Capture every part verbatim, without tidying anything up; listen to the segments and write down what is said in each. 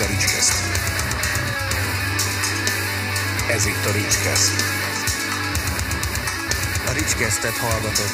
Ricskeszt. Ez itt a Ricskeszt. A Ricskesztet hallgatott.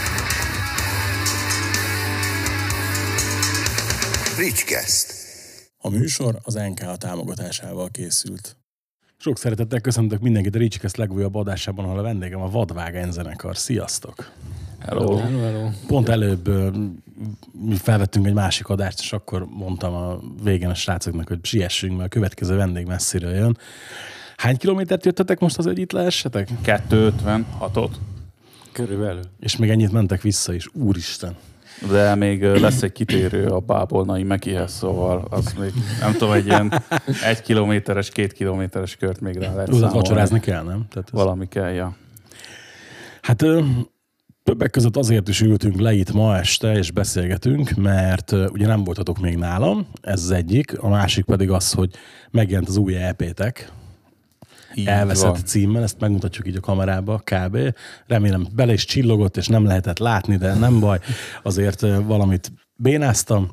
Ricskeszt. A műsor az en ká támogatásával készült. Sok szeretettel köszöntök mindenkit a Ricskeszt legújabb adásában, ahol a vendégem a Vadvágány zenekar. Sziasztok! Hello. Hello, hello. Pont előbb mi felvettünk egy másik adást, és akkor mondtam a végén a srácoknak, hogy siessünk, mert a következő vendég messziről jön. Hány kilométert jöttetek most az, hogy itt lehessetek? kétszázötvenhatot. Körülbelül. És még ennyit mentek vissza is. Úristen! De még lesz egy kitérő a bábolnai Mekihez, szóval az még, nem tudom, egy ilyen egy kilométeres, két kilométeres kört még rá lehet számolni. Vacsorázni kell, nem? Tehát ez... Valami kell, ja. Hát többek között azért is ültünk le itt ma este, és beszélgetünk, mert ugye nem voltatok még nálam, ez az egyik, a másik pedig az, hogy megjelent az új é pé-tek, elveszett van. Címmel, ezt megmutatjuk így a kamerába, kb. Remélem bele is csillogott, és nem lehetett látni, de nem baj, azért valamit bénáztam.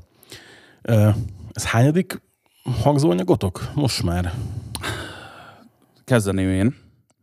Ez hányadik hangzóanyagotok? Most már? Kezdeném én.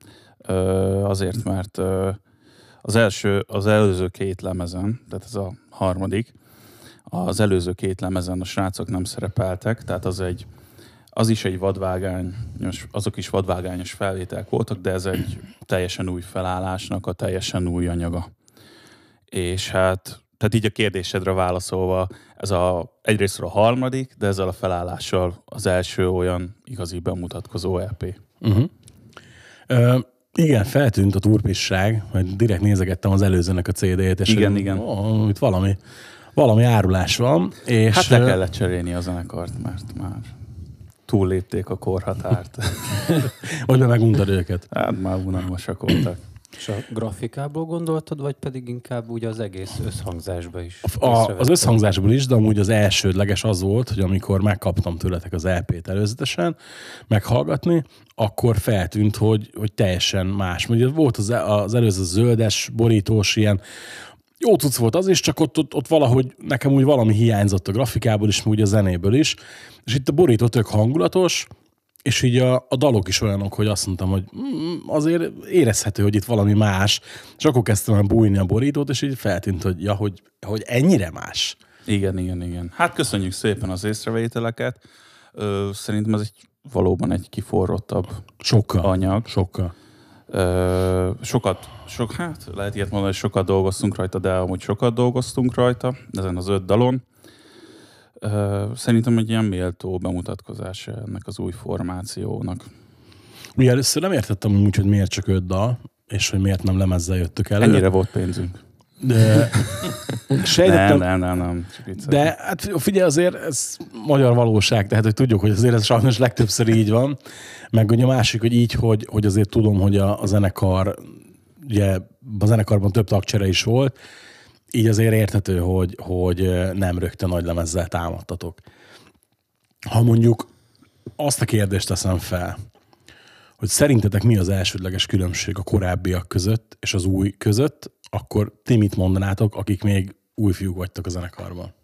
Azért, mert az első, az előző két lemezen, tehát ez a harmadik, az előző két lemezen a srácok nem szerepeltek, tehát az egy Az is egy vadvágányos, azok is vadvágányos felvételek voltak, de ez egy teljesen új felállásnak a teljesen új anyaga. És hát, tehát így a kérdésedre válaszolva, ez a, egyrészt a harmadik, de ezzel a felállással az első olyan igazi bemutatkozó é pé. Uh-huh. Ö, igen, feltűnt a turpisság, hogy direkt nézegettem az előzőnek a cé dét, és igen, hogy, igen. Ó, itt valami, valami árulás van. És hát le kellett cserélni a zenekart, mert már túllépték a korhatárt. Vagy be meguntad őket? Hát már unalmasak voltak. És a grafikából gondoltad, vagy pedig inkább úgy az egész összhangzásba is? A, az összhangzásból is, de amúgy az elsődleges az volt, hogy amikor megkaptam tőletek az é pét előzetesen meghallgatni, akkor feltűnt, hogy, hogy teljesen más. Ugye volt az, az előző zöldes, borítós ilyen, jó tudsz volt az is, csak ott, ott, ott valahogy nekem úgy valami hiányzott a grafikából is, meg úgy a zenéből is. És itt a borító tök hangulatos, és így a, a dalok is olyanok, hogy azt mondtam, hogy mm, azért érezhető, hogy itt valami más. És akkor kezdtem el bújni a borítót, és így feltűnt, hogy, ja, hogy, hogy ennyire más. Igen, igen, igen. Hát köszönjük szépen az észrevételeket. Ö, szerintem ez egy valóban egy kiforrottabb sokkal, anyag. Sokkal. Ö, sokat, sok, hát lehet ilyet mondani, hogy sokat dolgoztunk rajta, de amúgy sokat dolgoztunk rajta, ezen az öt dalon. Ö, szerintem egy ilyen méltó bemutatkozás ennek az új formációnak. Ugye először nem értettem úgy, hogy miért csak öt dal, és hogy miért nem lemezzel jöttök elő. Ennyire volt pénzünk. De... nem, nem, nem, nem. De hát figyelj, azért ez magyar valóság, tehát hogy tudjuk, hogy azért ez sajnos legtöbbször így van. Meg ugye a másik, hogy így, hogy, hogy azért tudom, hogy a, a zenekar, ugye a zenekarban több tagcsere is volt, így azért érthető, hogy, hogy nem rögtön nagy lemezzel támadtatok. Ha mondjuk azt a kérdést teszem fel, hogy szerintetek mi az elsődleges különbség a korábbiak között és az új között, akkor ti mit mondanátok, akik még új fiúk vagytok a zenekarban?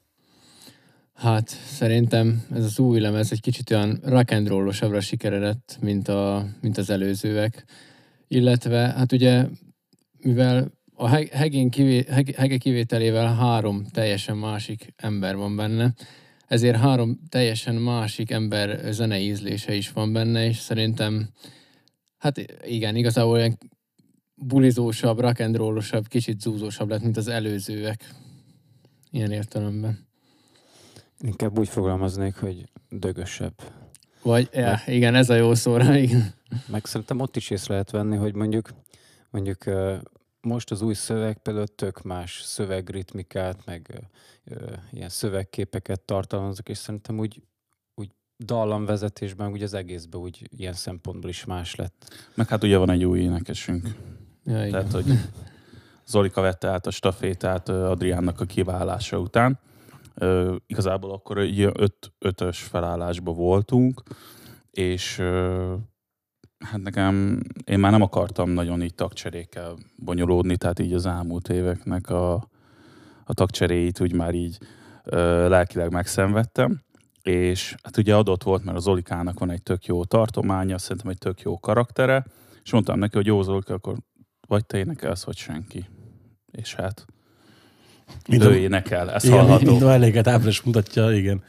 Hát szerintem ez az új lemez egy kicsit olyan rock and roll-osabbra sikeredett, mint, a, mint az előzőek. Illetve hát ugye, mivel a hegén kivé, heg, hege kivételével három teljesen másik ember van benne, ezért három teljesen másik ember zenei ízlése is van benne, és szerintem hát igen, igazából olyan bulizósabb, rock and roll-osabb, kicsit zúzósabb lett, mint az előzőek. Ilyen értelemben. Inkább úgy fogalmaznék, hogy dögösebb. Vagy, ja, igen, ez a jó szóra, igen. Meg szerintem ott is észre lehet venni, hogy mondjuk, mondjuk most az új szöveg például tök más szövegritmikát, meg ö, ilyen szövegképeket tartalmazok, és szerintem úgy, úgy dallamvezetésben úgy az egészben úgy ilyen szempontból is más lett. Meg hát ugye van egy új énekesünk. Ja, tehát, hogy Zolika vette át a stafétát Adriánnak a kiválása után. Uh, igazából akkor egy öt, ötös felállásban voltunk, és uh, hát nekem, én már nem akartam nagyon így tagcserékkel bonyolódni, tehát így az elmúlt éveknek a, a tagcseréit úgy már így uh, lelkileg megszenvedtem, és hát ugye adott volt, mert az Zolikának van egy tök jó tartománya, szerintem egy tök jó karaktere, és mondtam neki, hogy jó Zolika, akkor vagy te énekelsz, vagy senki. És hát mind ő énekel, ez igen, hallható. Mind a melléket április mutatja, igen.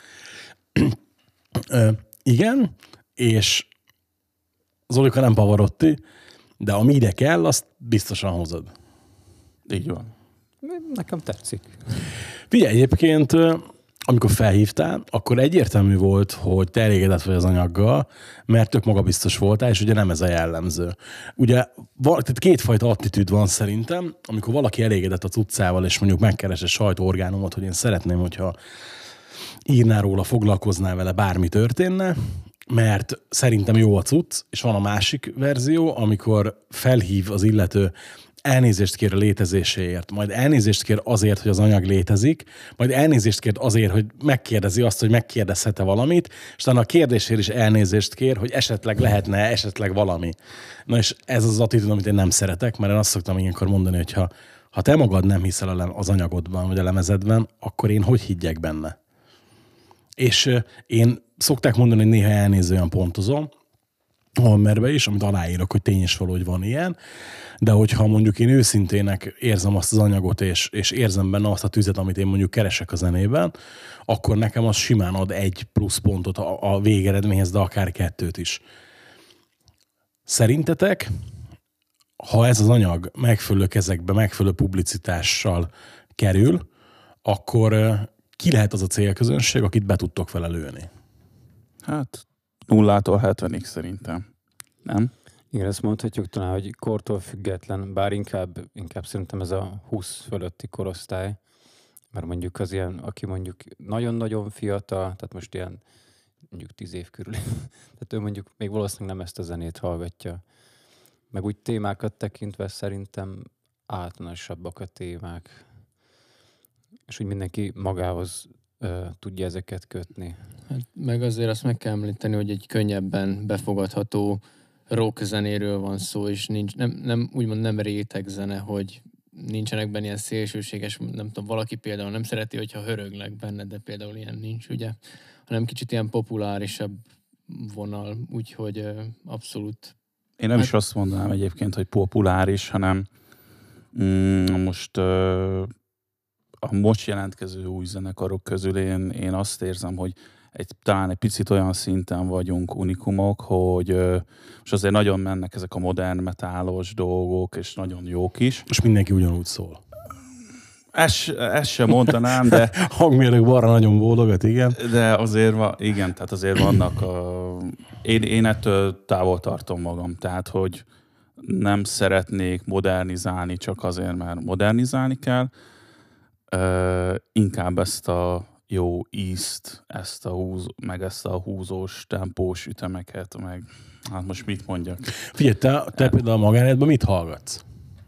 Ö, igen, és Zolika nem Pavarotti, de ami ide kell, azt biztosan hozod. Így van. Nekem tetszik. Figyelj, egyébként, amikor felhívtál, akkor egyértelmű volt, hogy te elégedett vagy az anyaggal, mert tök magabiztos voltál, és ugye nem ez a jellemző. Ugye tehát kétfajta attitűd van szerintem, amikor valaki elégedett a cuccával, és mondjuk megkeres egy sajtóorgánumot, hogy én szeretném, hogyha írnál róla, foglalkoznál vele, bármi történne, mert szerintem jó a cucc, és van a másik verzió, amikor felhív az illető, elnézést kér a létezéséért, majd elnézést kér azért, hogy az anyag létezik, majd elnézést kér azért, hogy megkérdezi azt, hogy megkérdezhet-e valamit, és talán a kérdésért is elnézést kér, hogy esetleg lehetne esetleg valami. Na és ez az attitűd, amit én nem szeretek, mert én azt szoktam ilyenkor mondani, hogy ha, ha te magad nem hiszel az anyagodban, vagy a lemezedben, akkor én hogy higgyek benne? És én szokták mondani, hogy néha elnézően pontozom, Hammerbe is, amit aláírok, hogy tény és való, hogy van ilyen, de hogyha mondjuk én őszintének érzem azt az anyagot, és, és érzem benne azt a tüzet, amit én mondjuk keresek a zenében, akkor nekem az simán ad egy plusz pontot a, a végeredményhez, de akár kettőt is. Szerintetek, ha ez az anyag megfelelő kezekbe, megfelelő publicitással kerül, akkor ki lehet az a célközönség, akit be tudtok vele lőni? Hát nullától hetvenig szerintem. Nem? Igen, ezt mondhatjuk talán, hogy kortól független, bár inkább, inkább szerintem ez a húsz fölötti korosztály, mert mondjuk az ilyen, aki mondjuk nagyon-nagyon fiatal, tehát most ilyen mondjuk tíz év körül, tehát ő mondjuk még valószínűleg nem ezt a zenét hallgatja. Meg úgy témákat tekintve szerintem általánosabbak a témák. És úgy mindenki magához ö, tudja ezeket kötni. Hát meg azért azt meg kell említeni, hogy egy könnyebben befogadható rock zenéről van szó, és nincs, nem, nem, úgymond nem réteg zene, hogy nincsenek benne ilyen szélsőséges, nem tudom, valaki például nem szereti, hogyha hörögnek benne, de például ilyen nincs, ugye, hanem kicsit ilyen populárisabb vonal, úgyhogy ö, abszolút. Én nem hát, is azt mondanám egyébként, hogy populáris, hanem mm, most ö, a most jelentkező új zenekarok közül én, én azt érzem, hogy egy, talán egy picit olyan szinten vagyunk unikumok, hogy ö, most azért nagyon mennek ezek a modern metálos dolgok, és nagyon jók is. És mindenki ugyanúgy szól. Ezt, ezt sem mondanám, de... Hangmérnök balra nagyon bólogat, igen. De azért van, igen, tehát azért vannak a... Én, én ettől távol tartom magam, tehát, hogy nem szeretnék modernizálni csak azért, mert modernizálni kell. Ö, inkább ezt a jó ízt, ezt a húz, meg ezt a húzós, tempós ütemeket, meg hát most mit mondjak? Figyelj, te, te például a magánéletben mit hallgatsz?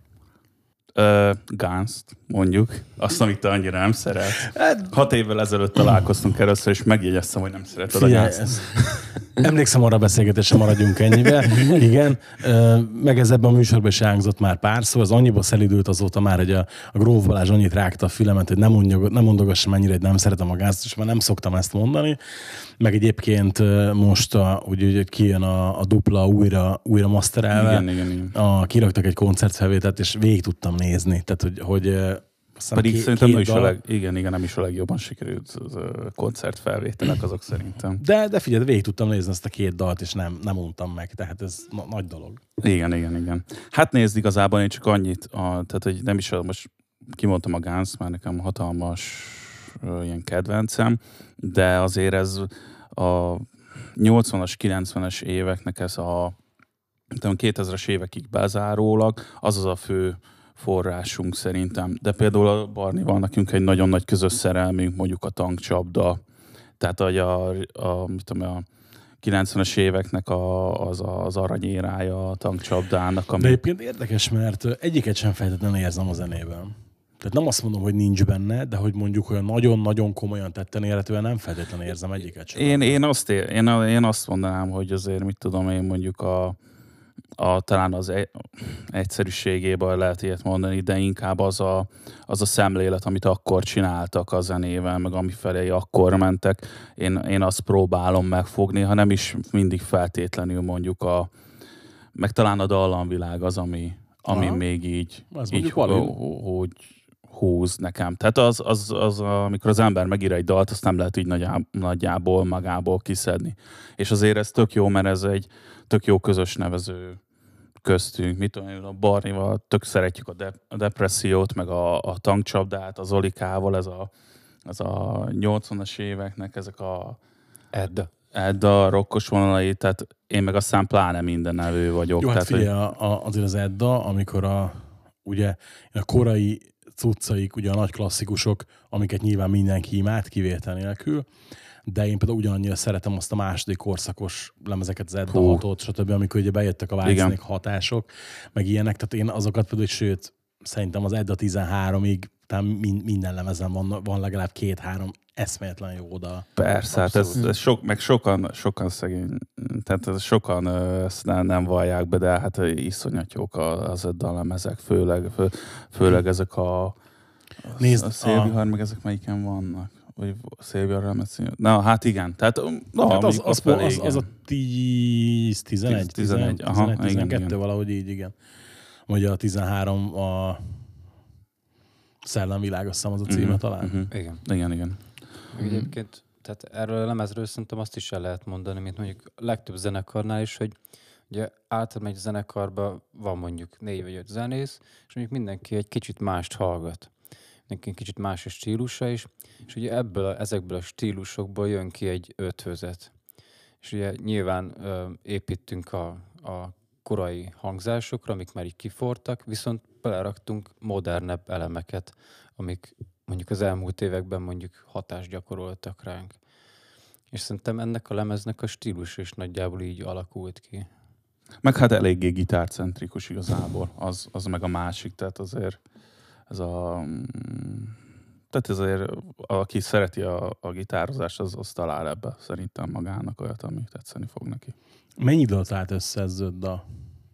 Uh, Guns-t, mondjuk. Azt, amit te annyira nem szeret. Hat évvel ezelőtt találkoztunk először, és megjegyeztem, hogy nem szereted a Guns-t. Emlékszem arra a beszélgetésre, maradjunk ennyibe. Igen, meg ez ebben a műsorban is elhangzott már párszor, az annyiba szelidült azóta már, hogy a, a Gróf Balázs annyit rágta a fülemet, hogy nem, mondjog, nem mondogassam mennyire, hogy nem szeretem a Guns-t, és már nem szoktam ezt mondani. Meg egyébként most, a, úgy, hogy kijön a, a dupla újra, újra masterelve, igen, igen, igen. A, kiraktak egy koncertfelvételt, és végig tudtam nézni. Tehát, hogy, hogy pedig két, szerintem két nem is, dal... a leg, igen, igen, nem is a legjobban sikerült koncertfelvételek azok szerintem. De, de figyelj, végig tudtam nézni ezt a két dalt, és nem, nem untam meg, tehát ez na- nagy dolog. Igen, igen, igen. Hát nézd, igazából én csak annyit, a, tehát hogy nem is, most kimondtam a Guns, már nekem hatalmas uh, ilyen kedvencem, de azért ez a nyolcvanas, kilencvenes éveknek ez a kétezres évekig bezárólag, az az a fő forrásunk szerintem. De például a Barnival nekünk egy nagyon nagy közös szerelmünk, mondjuk a tankcsapda, tehát hogy a, a, mit tudom, a kilencvenes éveknek a, az, az aranyérája a tankcsapdának. Ami... De egyébként érdekes, mert egyiket sem feltétlenül érzem a zenében. Tehát nem azt mondom, hogy nincs benne, de hogy mondjuk olyan nagyon-nagyon komolyan tetten érhetően nem feltétlenül érzem egyiket sem. Én, én, azt, ér, én, én azt mondanám, hogy azért mit tudom én mondjuk a a, talán az egy, egyszerűségében lehet ilyet mondani, de inkább az a, az a szemlélet, amit akkor csináltak a zenével, meg amifelé akkor mentek. Én, én azt próbálom megfogni, ha nem is mindig feltétlenül mondjuk a, meg talán a dallamvilág az, ami, ami még így, így hogy húz nekem. Tehát az, az, az, amikor az ember megír egy dalt, azt nem lehet így nagyjából, nagyjából magából kiszedni. És azért ez tök jó, mert ez egy tök jó közös nevező köztünk. Mit tudom én, a Barnival tök szeretjük a, de, a depressziót, meg a, a tankcsapdát, az Olikával, ez a, ez a nyolcvanas éveknek ezek a Edda. Edda, rokkos vonalai, tehát én meg aztán pláne minden nevő vagyok. Jó, hát tehát, figyelj, hogy... a, a, azért az Edda, amikor a, ugye, a korai cuccaik, ugye a nagy klasszikusok, amiket nyilván mindenki imád, kivétel nélkül, de én például ugyanannyira szeretem azt a második korszakos lemezeket, az Edda hatot, stb., amikor ugye bejöttek a Whitesnake hatások, meg ilyenek, tehát én azokat például, sőt, szerintem az Edda tizenháromig tehát minden lemezen van, van legalább két-három eszméletlen jó oda. Persze, hát ez, ez sok, meg sokan, sokan szegény, tehát ez sokan ezt nem, nem vallják be, de hát iszonyat jók az Edda lemezek, főleg, fő, főleg ezek a, Nézd, a Szélvihar, meg ezek melyiken vannak. Vagy Szélvihar lemez. Na, hát igen. Tehát, na, hát az, az, felé, az, az a tíz, tizenegy, tizenegy, aha, tizenegy, tizenkettő, igen, valahogy így, igen. Ugye a tizenhárom a Szellemvilág, azt hiszem az a címe uh-huh, talán. Uh-huh. Igen. Igen, igen. Meg egyébként, tehát erről a lemezről szerintem azt is el lehet mondani, mint mondjuk a legtöbb zenekarnál is, hogy ugye általában egy zenekarban van mondjuk négy vagy öt zenész, és mondjuk mindenki egy kicsit mást hallgat. Mindenki kicsit más a stílusa is, és ugye ebből, ezekből a stílusokból jön ki egy ötvözet. És ugye nyilván ö, építünk a, a korai hangzásokra, amik már így kifortak, viszont beleraktunk modernebb elemeket, amik mondjuk az elmúlt években mondjuk hatást gyakoroltak ránk. És szerintem ennek a lemeznek a stílus is nagyjából így alakult ki. Meg hát eléggé gitárcentrikus igazából, az, az meg a másik, tehát azért ez a... Tehát ezért, aki szereti a, a gitározást, az, az talál ebbe szerintem magának olyat, ami tetszeni fog neki. Mennyi idő alatt állt össze ez a...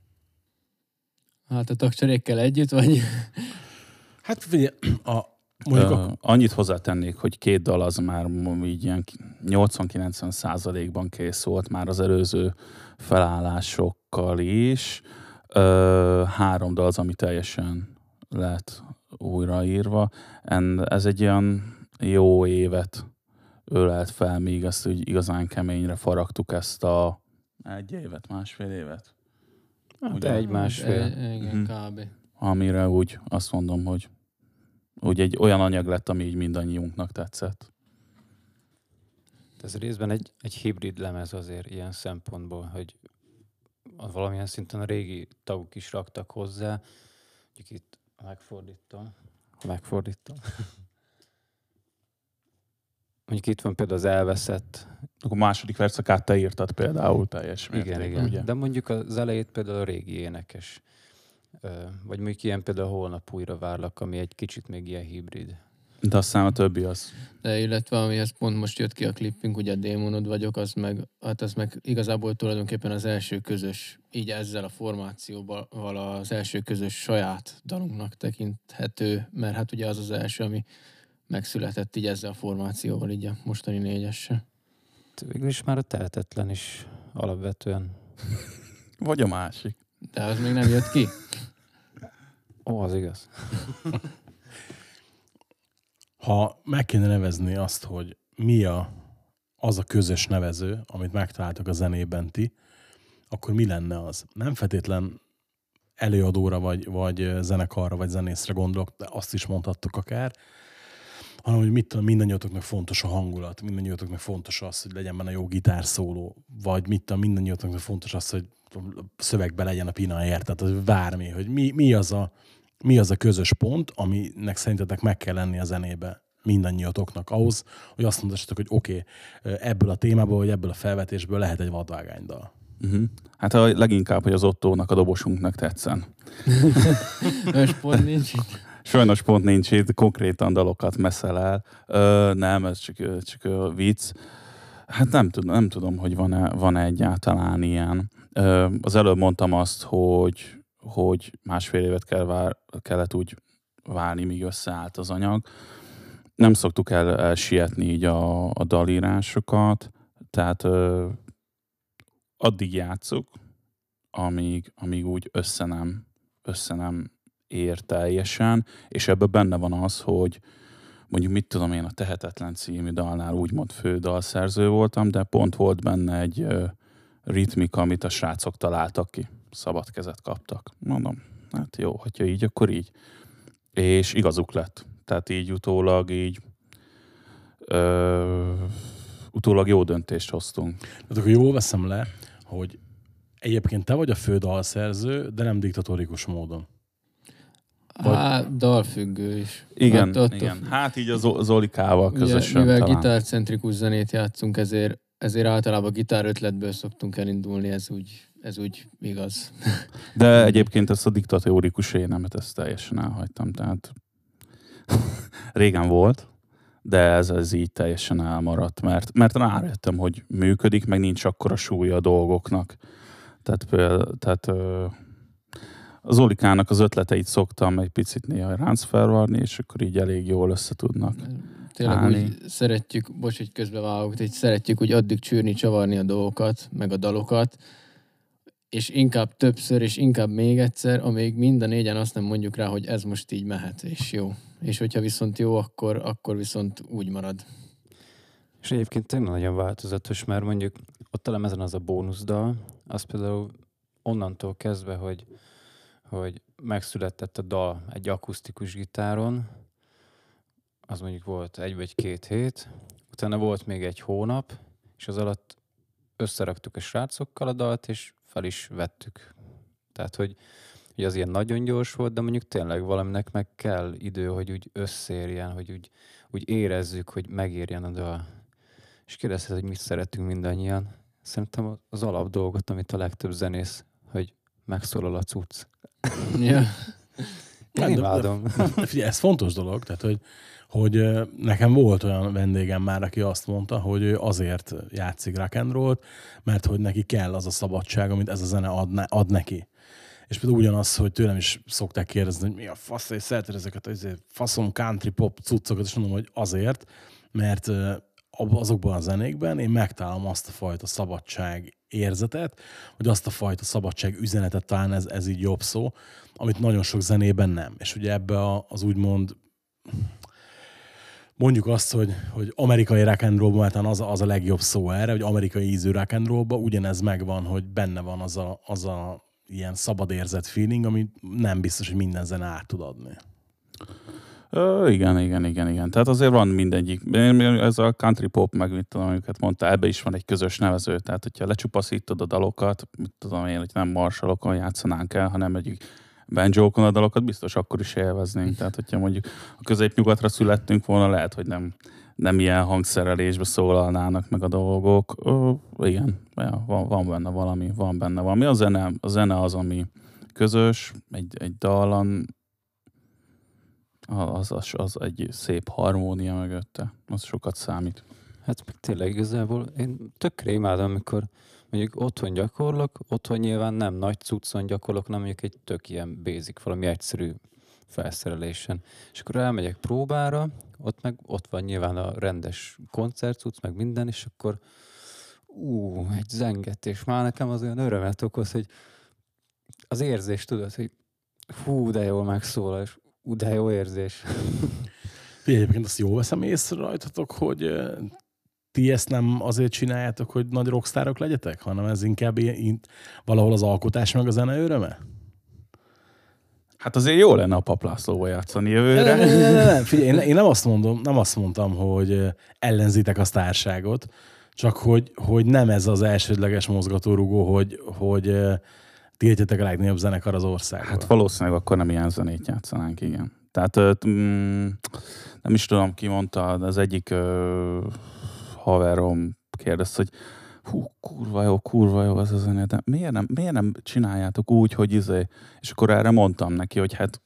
Hát a tagcserékkel együtt, vagy? Hát figyelj, a, mondjuk uh, a... Annyit hozzátennék, hogy két dal az már így ilyen nyolcvan-kilencven százalékban kész volt már az előző felállásokkal is. Uh, három dal az, ami teljesen lett újraírva. And ez egy olyan jó évet ölelt fel, míg ezt úgy igazán keményre faragtuk ezt a egy évet, másfél évet. Hát egy másfél. E, igen, uh-huh. kb. Amire úgy azt mondom, hogy úgy egy olyan anyag lett, ami így mindannyiunknak tetszett. Ez részben egy, egy hibrid lemez azért ilyen szempontból, hogy valamilyen szinten a régi tagok is raktak hozzá. Mondjuk itt megfordítom. Megfordítom. Mondjuk itt van például az elveszett. Akkor a második verszakát te írtad például teljes mértékben, igen, igen. ugye? De mondjuk az elejét például a régi énekes. Vagy mondjuk ilyen például Holnap újra várlak, ami egy kicsit még ilyen hibrid. De aztán a többi az. De illetve amihez pont most jött ki a klippünk, ugye a Démonod vagyok, az meg, hát az meg igazából tulajdonképpen az első közös, így ezzel a formációval az első közös saját dalunknak tekinthető, mert hát ugye az az első, ami megszületett így ezzel a formációval, így a mostani négyessel. Végül is már a Tehetetlen is alapvetően. Vagy a másik. De az még nem jött ki. Ó, az igaz. Ha meg kéne nevezni azt, hogy mi a, az a közös nevező, amit megtaláltak a zenében ti, akkor mi lenne az? Nem feltétlen előadóra, vagy, vagy zenekarra, vagy zenészre gondolok, de azt is mondhattok akár, hanem hogy mit tudom, mindannyiatoknak fontos a hangulat, mindannyiatoknak fontos az, hogy legyen benne jó gitárszóló, vagy mit tudom, mindannyiatoknak fontos az, hogy szövegbe legyen a pinaért, tehát az bármi, hogy mi, mi, az a, mi az a közös pont, aminek szerintetek meg kell lenni a zenébe mindannyiatoknak ahhoz, hogy azt mondhatok, hogy oké, okay, ebből a témából, vagy ebből a felvetésből lehet egy vadvágánydal. Uh-huh. Hát a leginkább, hogy az Ottónak, a dobosunknak tetszen. Most pont nincs itt. Sajnos pont nincs itt, konkrétan dalokat meszel el. Ö, nem, ez csak, csak vicc. Hát nem tudom, nem tudom, hogy van-e, van-e egyáltalán ilyen. Az előbb mondtam azt, hogy, hogy másfél évet kell vár, kellett úgy várni, míg összeállt az anyag. Nem szoktuk el, elsietni így a, a dalírásokat, tehát ö, addig játszuk, amíg, amíg úgy össze nem, össze nem ér teljesen, és ebben benne van az, hogy mondjuk mit tudom én, a Tehetetlen című dalnál úgymond fő dalszerző voltam, de pont volt benne egy ö, ritmika, amit a srácok találtak ki. Szabad kezet kaptak. Mondom, hát jó, hogyha így, akkor így. És igazuk lett. Tehát így utólag így ö, utólag jó döntést hoztunk. Tehát akkor jól veszem le, hogy egyébként te vagy a fő dalszerző, de nem diktatórikus módon. Vagy... Hát, dalfüggő is. Igen, hát igen. Hát így az Zolikával közösen. Ugye, mivel talán. gitárcentrikus zenét játszunk, ezért, ezért általában gitár ötletből szoktunk elindulni, ez úgy, ez úgy igaz. De egyébként ezt a diktatórikus énemet, ezt teljesen elhagytam. Tehát régen volt, de ez, ez így teljesen elmaradt, mert, mert rájöttem, hogy működik, meg nincs akkora súlya a dolgoknak. Tehát, például, tehát az Zolikának az ötleteit szoktam egy picit néha ráncfelvarni, és akkor így elég jól össze tudnak Tényleg állni. úgy szeretjük, bocs, hogy közbevágok, hogy szeretjük úgy addig csűrni, csavarni a dolgokat, meg a dalokat, és inkább többször, és inkább még egyszer, amíg mind a négyen azt nem mondjuk rá, hogy ez most így mehet, és jó. És hogyha viszont jó, akkor, akkor viszont úgy marad. És egyébként tényleg nagyon változatos, mert mondjuk ott a lemezen az a bónuszdal, az például onnantól kezdve, hogy, hogy megszületett a dal egy akusztikus gitáron, az mondjuk volt egy vagy két hét, utána volt még egy hónap, és az alatt összeraktuk a srácokkal a dalt, és fel is vettük. Tehát, hogy, hogy az ilyen nagyon gyors volt, de mondjuk tényleg valaminek meg kell idő, hogy úgy összeérjen, hogy úgy, úgy érezzük, hogy megérjen a dal. És kérdezted, hogy mit szeretünk mindannyian. Szerintem az alap dolgot, amit a legtöbb zenész, hogy megszólal a cucc. Ja. Én imádom. Figyelj, ez fontos dolog, tehát, hogy, hogy nekem volt olyan vendégem már, aki azt mondta, hogy ő azért játszik rock and rollt, mert hogy neki kell az a szabadság, amit ez a zene ad, ne, ad neki. És például ugyanaz, hogy tőlem is szokták kérdezni, hogy mi a fasz, és szereted ezeket a faszom country pop cuccokat, és mondom, hogy azért, mert azokban a zenékben én megtalálom azt a fajta szabadság érzetet, vagy azt a fajta szabadság üzenetet, talán ez, ez így jobb szó, amit nagyon sok zenében nem. És ugye ebbe az úgymond, mondjuk azt, hogy, hogy amerikai rock and rollban, mert az, az a legjobb szó erre, hogy amerikai ízű rock and rollban ugyanez megvan, hogy benne van az a, az a ilyen szabad érzet feeling, amit nem biztos, hogy minden zene át tud adni. Ö, igen, igen, igen, igen. Tehát azért van mindegyik. Ez a country pop, meg mit tudom, amiket mondta, ebbe is van egy közös nevező. Tehát, hogyha lecsupaszítod a dalokat, mit tudom én, hogy nem marsalokon játszanánk el, hanem egy banjókon a dalokat, biztos akkor is élveznénk. Tehát, hogyha mondjuk a középnyugatra születtünk volna, lehet, hogy nem, nem ilyen hangszerelésbe szólalnának meg a dolgok. Ö, igen, ja, van, van benne valami, van benne valami. A zene, a zene az, ami közös, egy, egy dalon, Az, az, az egy szép harmónia mögötte. Az sokat számít. Hát meg tényleg igazából én tökre imádom, amikor mondjuk otthon gyakorlok, otthon nyilván nem nagy cuccon gyakorlok, hanem mondjuk egy tök ilyen basic, valami egyszerű felszerelésen. És akkor elmegyek próbára, ott meg ott van nyilván a rendes koncertcucc, meg minden, és akkor ú, egy zengetés. Már nekem az olyan örömet okoz, hogy az érzés, tudod, hogy hú, de jól megszólal, és ú, de jó érzés. Egyébként azt jól veszem észre rajtatok, hogy ti ezt nem azért csináljátok, hogy nagy rockstárok legyetek, hanem ez inkább ilyen, valahol az alkotás meg a zene öröme? Hát azért jó lenne a Pap Lászlóval játszani jövőre. Ne, ne, ne, ne. Figyelj, én, én nem azt mondom, nem azt mondtam, hogy ellenzitek a sztárságot, csak hogy, hogy nem ez az elsődleges mozgatórugó, hogy, hogy tiltjátok a legnagyobb zenekar az országban. Hát valószínűleg akkor nem ilyen zenét játszanánk, igen. Tehát mm, nem is tudom, ki mondta, de az egyik uh, haverom kérdezte, hogy hú, kurva jó, kurva jó ez a zene, de miért nem, miért nem csináljátok úgy, hogy izé, és akkor erre mondtam neki, hogy hát,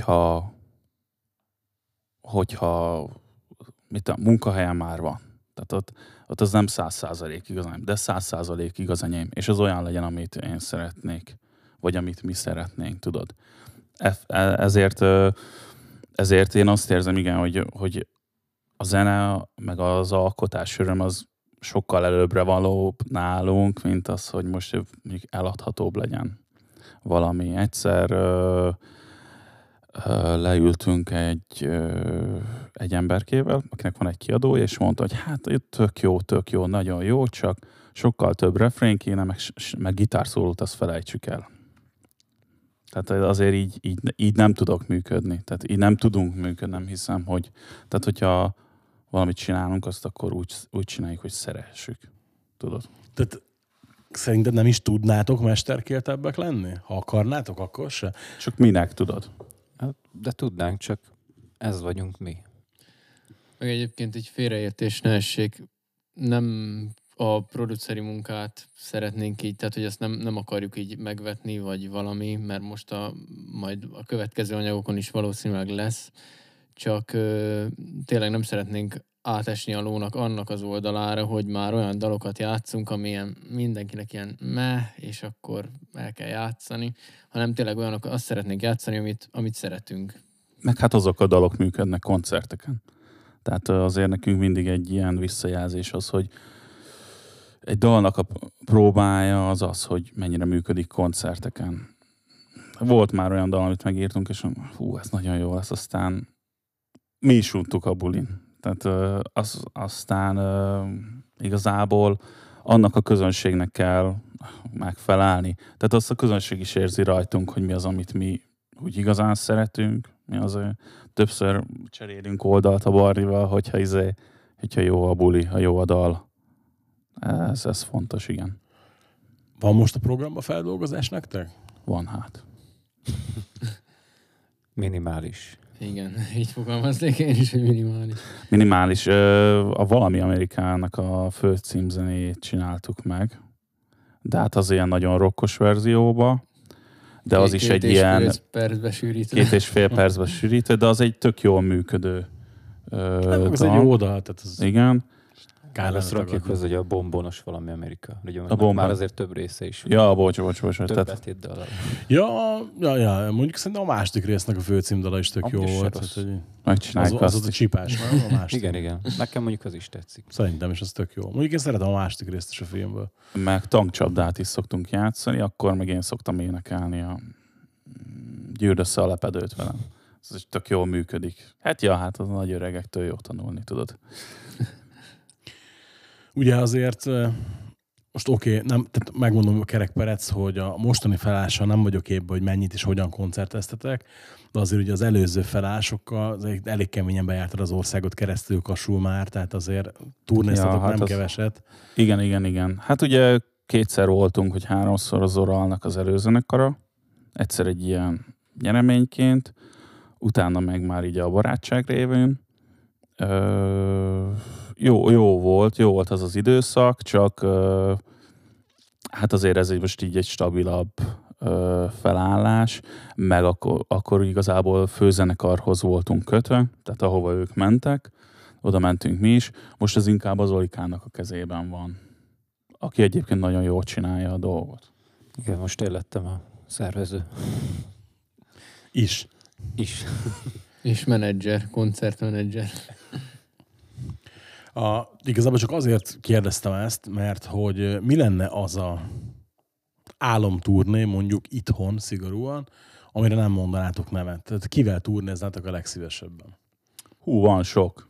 hogyha hogyha mit a munkahelyen már van. Tehát Tehát ott, ott az nem száz százalék igaz enyém, de száz százalék igaz enyém. És az olyan legyen, amit én szeretnék. Vagy amit mi szeretnénk, tudod. Ezért, ezért én azt érzem, igen, hogy, hogy a zene, meg az alkotás öröm az sokkal előbbre valóbb nálunk, mint az, hogy most eladhatóbb legyen valami. Egyszer ö, ö, leültünk egy, ö, egy emberkével, akinek van egy kiadója, és mondta, hogy hát tök jó, tök jó, nagyon jó, csak sokkal több refrén kéne, meg, meg gitárszólót, azt felejtsük el. Tehát azért így, így, így nem tudok működni. Tehát így nem tudunk működni, nem hiszem, hogy... Tehát hogyha valamit csinálunk, azt akkor úgy, úgy csináljuk, hogy szeressük. Tudod? Tehát szerinted nem is tudnátok mesterkéltebbek lenni? Ha akarnátok, akkor se? Csak minek, tudod? De tudnánk, csak ez vagyunk mi. Meg egyébként egy félreértés ne essék. Nem a produceri munkát szeretnénk így, tehát hogy ezt nem, nem akarjuk így megvetni, vagy valami, mert most a, majd a következő anyagokon is valószínűleg lesz, csak ö, tényleg nem szeretnénk átesni a lónak annak az oldalára, hogy már olyan dalokat játszunk, amilyen mindenkinek ilyen meh, és akkor el kell játszani, hanem tényleg olyanok, azt szeretnénk játszani, amit, amit szeretünk. Meg hát azok a dalok működnek koncerteken. Tehát azért nekünk mindig egy ilyen visszajelzés az, hogy egy dalnak a próbája az az, hogy mennyire működik koncerteken. Volt már olyan dal, amit megírtunk, és hú, ez nagyon jó lesz, aztán mi is untuk a bulin. Tehát az, aztán igazából annak a közönségnek kell megfelelni. Tehát azt a közönség is érzi rajtunk, hogy mi az, amit mi úgy igazán szeretünk. Mi az, többször cserélünk oldalt a Barnival, hogyha, izé, hogyha jó a buli, ha jó a dal. Ez, ez fontos, igen. Van most a programban feldolgozás nektek? Van hát. Minimális. Igen, így fogalmaznék én is, hogy minimális. Minimális. A Valami Amerikának a fő címzenéjét csináltuk meg. De hát az ilyen nagyon rokkos verzióba. De az két, is két egy és ilyen... Fél percbe sűrítve. Két és fél percbe sűrítve, de az egy tök jól működő Nem, ez egy jó dal. Tehát az igen. Kár azt rakjuk hozzá, hogy a bombonos Valami Amerika. Ugye A bombon. Már azért több része is. Ja, bocs, bocs, bocs. Többet Tehát... itt dalal. Ja, ja, ja, mondjuk szerintem a második résznek a főcímdala is tök Amúgy jó se volt. rossz. Tehát, hogy Megcsináljuk az, az, azt az a is. csipás, nem? A második. Igen, igen. Nekem mondjuk az is tetszik. Szerintem is az tök jó. Mondjuk én szeretem a második részt is a filmből. Meg tankcsapdát is szoktunk játszani, akkor meg én szoktam énekelni a Gyűrd össze a lepedőt velem. Ez is tök jól működik. Hát ja, hát az nagy öregektől jó tanulni, tudod. Ugye azért most oké, okay, nem, tehát megmondom a kerekperec, hogy a mostani felállással nem vagyok képben, hogy mennyit és hogyan koncerteztetek, de azért ugye az előző felállásokkal az elég keményen bejártad az országot keresztül Kasul már, tehát azért turnéztatok Ja, hát nem az... keveset. Igen, igen, igen. Hát ugye kétszer voltunk, hogy háromszor az Oralnak az előzenekara. Egyszer egy ilyen nyereményként, utána meg már így a barátság révén. Ö, jó, jó volt, jó volt az az időszak, csak ö, hát azért ez most így egy stabilabb ö, felállás, meg akkor, akkor igazából főzenekarhoz voltunk kötve, tehát ahova ők mentek, oda mentünk mi is. Most ez inkább az Olikának a kezében van, aki egyébként nagyon jól csinálja a dolgot. Igen, most én lettem a szervező. Is. Is. És menedzser, koncertmenedzser. A, igazából csak azért kérdeztem ezt, mert hogy mi lenne az a álomturné, mondjuk itthon szigorúan, amire nem mondanátok nemet. Tehát kivel turnéznátok a legszívesebben? Hú, van sok.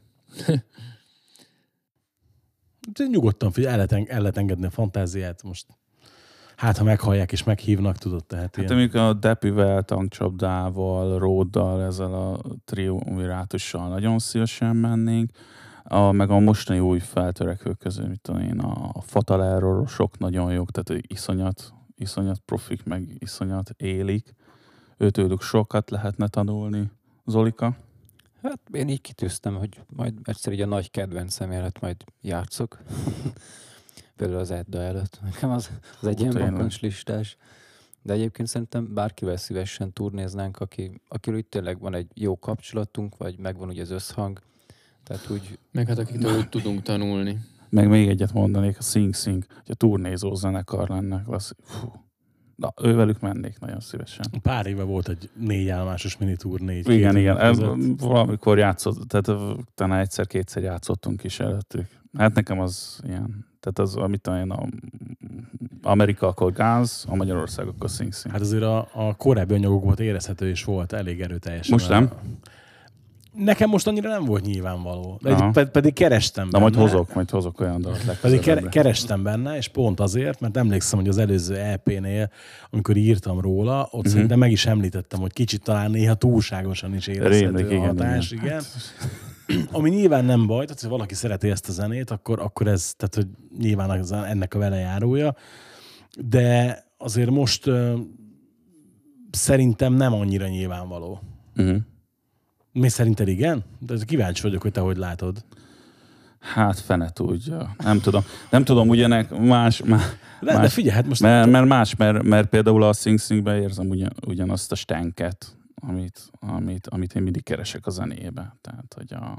Nyugodtan figyelj, el lehet, el lehet engedni a fantáziát most. Hát, ha meghallják és meghívnak, tudod, tehát Hát ilyen. amikor a Depivel, tankcsapdával, Róddal, ezzel a triumvirátussal nagyon szívesen mennénk, a, meg a mostani új feltörekvők közül, mit tudom én, a Fatal Errorosok nagyon jók, tehát iszonyat, iszonyat profik, meg iszonyat élik. Őtőlük sokat lehetne tanulni. Zolika? Hát én így kitűztem, hogy majd egyszer így a nagy kedvencem előtt majd játszok. Például az Edda előtt. Nekem az, az egy ilyen bankos listás. De egyébként szerintem bárkivel szívesen turnéznánk, aki, akiről itt tényleg van egy jó kapcsolatunk, vagy megvan ugye az összhang. Tehát úgy... Meg hát akiktől úgy tudunk tanulni. Meg még egyet mondanék, a Sing Sing, hogy a turnézó zenekar lenne. Fú. Na, ővelük mennék nagyon szívesen. Pár éve volt egy négy állomásos minitúr, négy. Igen, igen. Ez, valamikor játszott, tehát talán egyszer-kétszer játszottunk is előttük. Hát nekem az ilyen, tehát az, amit tudom én, a Amerika akkor gáz, a Magyarország akkor Sing Sing. Hát azért a, a korábbi anyagokban érezhető is volt elég erőteljesen. Most nem? Nekem most annyira nem volt nyilvánvaló. De ped, pedig kerestem benne. Na majd hozok, majd hozok olyan dolgot. Pedig ke- kerestem benne, és pont azért, mert emlékszem, hogy az előző é pé-nél, amikor írtam róla, ott uh-huh. szerintem meg is említettem, hogy kicsit talán néha túlságosan is érezhető a hatás, igen. igen. igen. Ami nyilván nem baj, tehát ha valaki szereti ezt a zenét, akkor, akkor ez, tehát hogy nyilván az, ennek a velejárója. De azért most uh, szerintem nem annyira nyilvánvaló. Uh-huh. Mi szerinted igen? De kíváncsi vagyok, hogy te hogy látod. Hát fene tudja. Nem tudom. Nem tudom, ugyanek más... más de, de figyelj, hát most... Mert, mert más, mert, mert például a Sing Singben érzem ugyan, ugyanazt a stenket, amit, amit, amit én mindig keresek a zenébe. Tehát, hogy a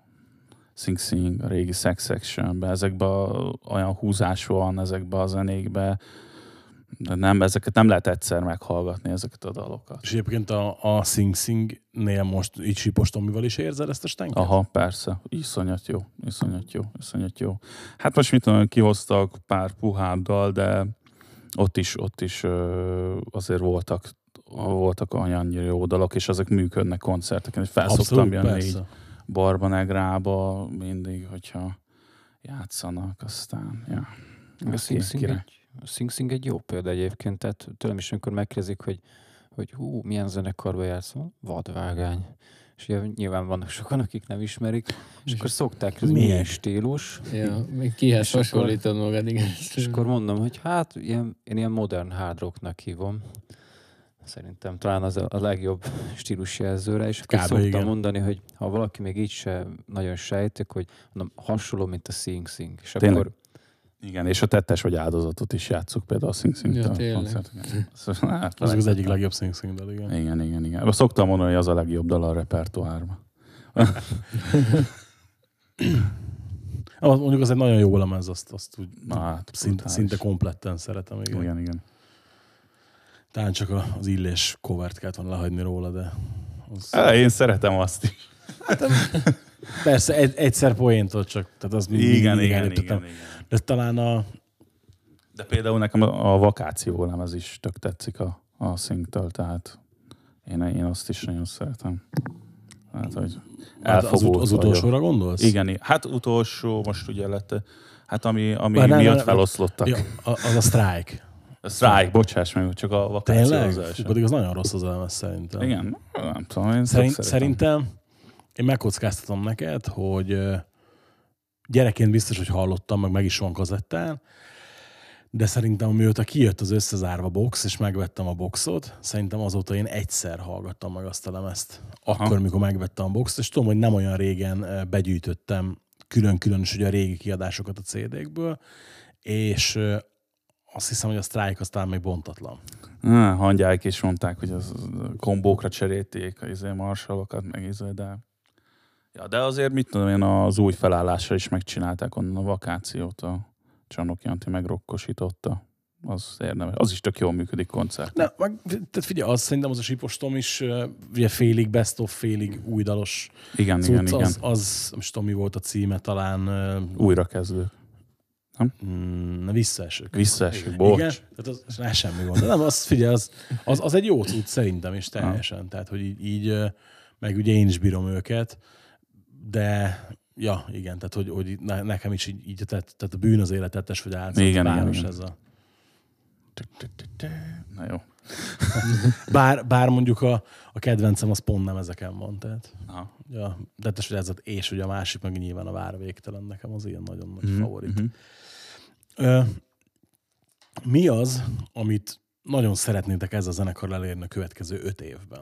Sing Sing, a régi Sex Sectionben, ezekben olyan húzás van ezekben a zenékben, de nem, ezeket nem lehet egyszer meghallgatni, ezeket a dalokat. És egyébként a, a Sing Sing-nél most így Sipos Tomival is érzed ezt a stenket? Aha, persze. Iszonyat jó. Iszonyat jó. Iszonyat jó. Hát most mit tudom, kihoztak pár puhább dal, de ott is, ott is ö, azért voltak, voltak annyira jó dalok, és ezek működnek koncerteken. Felszoktam jönni így Barba Negrába mindig, hogyha játszanak, aztán ja. A Sing Sing egy, a Sing Sing egy jó példa egyébként, tehát tőlem is, amikor megkérdezik, hogy, hogy hú, milyen zenekarba játszol, Vadvágány. És nyilván vannak sokan, akik nem ismerik, és, és akkor szokták, ez milyen stílus. Ja, még kihez hasonlítod magad, igen. És akkor mondom, hogy hát ilyen, én ilyen modern hard rocknak hívom. Szerintem talán az a, a legjobb stílusjelzőre, és akkor szoktam igen. mondani, hogy ha valaki még így se nagyon sejtik, hogy mondom, hasonló, mint a Sing Sing. És Tényleg? akkor igen, és a tettes vagy áldozatot is játsszuk például a Sing Sing. Ja, tényleg. Hát, az az egyik legjobb Sing Sing dal, igen. Igen, igen, igen. Szoktam mondani, hogy az a legjobb dal a repertoárban. Mondjuk az egy nagyon jó lemez, azt, azt úgy Na, hát, szinte, szinte kompletten szeretem. Igen, igen. igen. Talán csak az Illés covert kellett volna lehagyni róla, de... Az... É, én szeretem azt is. Hát, persze, egy, egyszer poéntól csak. Tehát az mindig, igen, mindig igen, igen, igen. De talán a... De például nekem a, a vakáció lemez is tök tetszik a, a Sing-től, tehát én, én azt is nagyon szeretem. Hát, hogy elfogult az, az utolsóra gondolsz? Igen, hát utolsó, most ugye lett, hát ami, ami Már miatt nem, feloszlottak. Ja, az a Strike. A Strike, bocsáss meg, csak a vakáció Tényleg? az első. Pedig az nagyon rossz az elmes szerintem. Igen, nem tudom, én Szerint, Szerintem én megkockáztatom neked, hogy gyerekként biztos, hogy hallottam, meg meg is van kazettán, de szerintem amióta kijött az összezárva box, és megvettem a boxot, szerintem azóta én egyszer hallgattam meg azt a lemezt. Akkor, Aha. mikor megvettem a boxot, és tudom, hogy nem olyan régen begyűjtöttem külön-külön is ugye a régi kiadásokat a cé dé-kből, és azt hiszem, hogy a Strike aztán még bontatlan. Ah, hangyáik is mondták, hogy az kombókra cserélték a marsalokat, meg izé, de... Ja, de azért mit tudom én, az új felállásra is megcsinálták onnan a vakációt, a Csarnok Janti megrokkosította. Az érdemes. Az is tök jól működik koncert. Ne, meg, tehát figyelj, az szerintem az a Sipos Tom is ugye félig best of, félig újdalos. Igen, cucc, igen, igen. Az, az, nem tudom, mi volt a címe, talán... Újrakezdő. Nem? Mm, visszaesők. Visszaesők, bocs. Igen, tehát az, az semmi gond. De nem, az figyelj, az, az, az egy jó cucc szerintem is teljesen. Ha. Tehát, hogy így, így, meg ugye én is bírom őket, de ja, igen, tehát, hogy, hogy nekem is így, így tehát, tehát a bűn az életetes, vagy állt. Igen, igen, igen. Ez a... Na jó. Bár, bár mondjuk a, a kedvencem az pont nem ezeken van, tehát. Aha. Ja, tettes fedélzet, és ugye a másik, meg nyilván a Vár végtelen, nekem az ilyen nagyon nagy mm-hmm. favorit. Mm-hmm. Ö, mi az, amit nagyon szeretnétek ez a zenekar elérni a következő öt évben?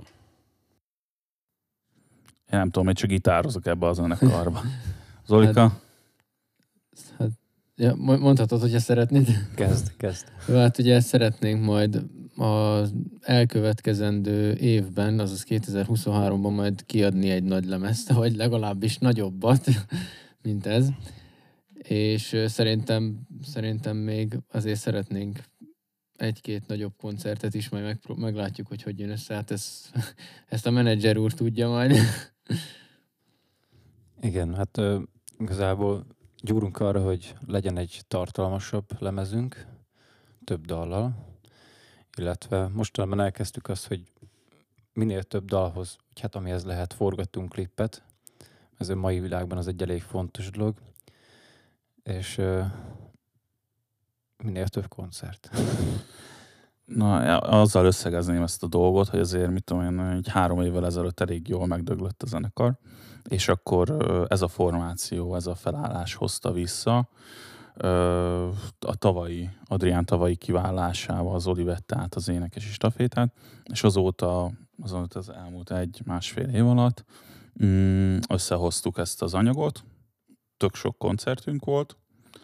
Én nem tudom, hogy csak gitározok ebbe a zenekarba. Zolika? Hát, hát, ja, mondhatod, hogyha szeretnéd. Kezd, kezd. Hát ugye szeretnénk majd az elkövetkezendő évben, azaz kétezer-huszonháromban majd kiadni egy nagy lemezt, vagy legalábbis nagyobbat, mint ez. és szerintem, szerintem még azért szeretnénk egy-két nagyobb koncertet is, majd megpró- meglátjuk, hogy hogy jön össze. Hát ez, ezt a menedzser úr tudja majd. Igen, hát ö, igazából gyúrunk arra, hogy legyen egy tartalmasabb lemezünk, több dallal, illetve mostanában elkezdtük azt, hogy minél több dalhoz, hát amihez lehet, forgattunk klippet. Ez a mai világban az egy elég fontos dolog. És ö, minél több koncert. Na, azzal összegezném ezt a dolgot, hogy azért, mit tudom én, egy három évvel ezelőtt elég jól megdöglött a zenekar, és akkor ez a formáció, ez a felállás hozta vissza a tavalyi, Adrián tavalyi kiválásával az Oli vette át az énekesi stafétát, és azóta, azóta az elmúlt egy-másfél év alatt összehoztuk ezt az anyagot, tök sok koncertünk volt,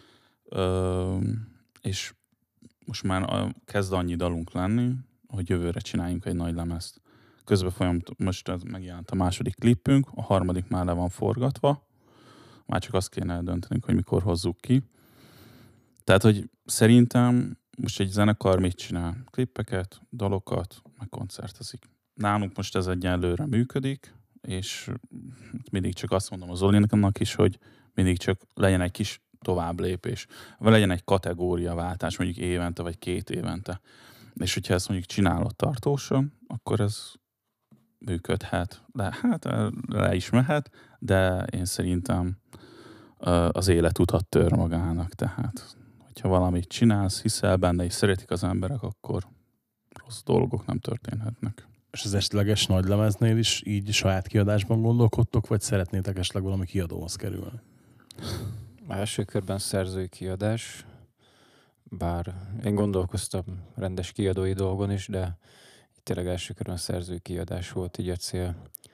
és most már kezd annyi dalunk lenni, hogy jövőre csináljunk egy nagy lemezt. Közben folyamat, most megjelent a második klippünk, a harmadik már le van forgatva, már csak azt kéne eldöntenünk, hogy mikor hozzuk ki. Tehát, hogy szerintem most egy zenekar mit csinál? Klippeket, dalokat, meg koncertezik. Nálunk most ez egyenlőre működik, és mindig csak azt mondom az Olinak is, hogy mindig csak legyen egy kis tovább lépés. Vagy legyen egy kategóriaváltás, mondjuk évente, vagy két évente. És hogyha ezt mondjuk csinálod tartósan, akkor ez működhet. De hát le is mehet, de én szerintem az élet utat tör magának. Tehát, hogyha valamit csinálsz, hiszel benne, és szeretik az emberek, akkor rossz dolgok nem történhetnek. És az esetleges nagylemeznél is így saját kiadásban gondolkodtok, vagy szeretnétek esetleg valami kiadóhoz kerülni? Első körben szerzői kiadás, bár én gondolkoztam rendes kiadói dolgon is, de tényleg első körben szerzői kiadás volt így a cél.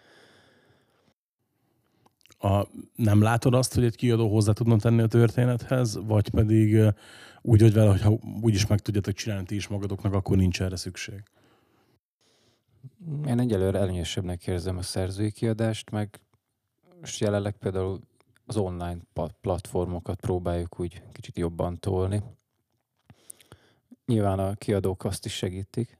A, nem látod azt, hogy egy kiadó hozzá tudna tenni a történethez, vagy pedig úgy vagy vele, hogyha úgyis meg tudjátok csinálni ti is magadoknak, akkor nincs erre szükség? Én egyelőre előnyösebbnek érzem a szerzői kiadást, meg most jelenleg például az online platformokat próbáljuk úgy kicsit jobban tolni. Nyilván a kiadók azt is segítik,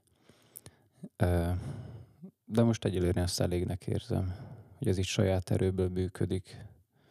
de most egyelőre ezt elégnek érzem, hogy ez itt saját erőből működik.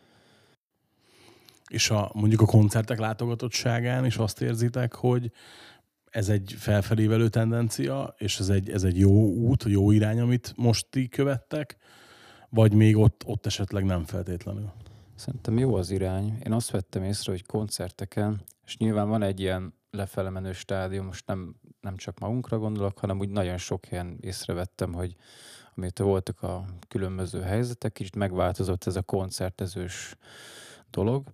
És a, mondjuk a koncertek látogatottságán is azt érzitek, hogy ez egy felfelévelő tendencia, és ez egy, ez egy jó út, jó irány, amit most ti követtek, vagy még ott, ott esetleg nem feltétlenül? Szerintem jó az irány. Én azt vettem észre, hogy koncerteken, és nyilván van egy ilyen lefele menő stádium, most nem, nem csak magunkra gondolok, hanem úgy nagyon sok helyen észrevettem, hogy amit voltak a különböző helyzetek, kicsit megváltozott ez a koncertezős dolog.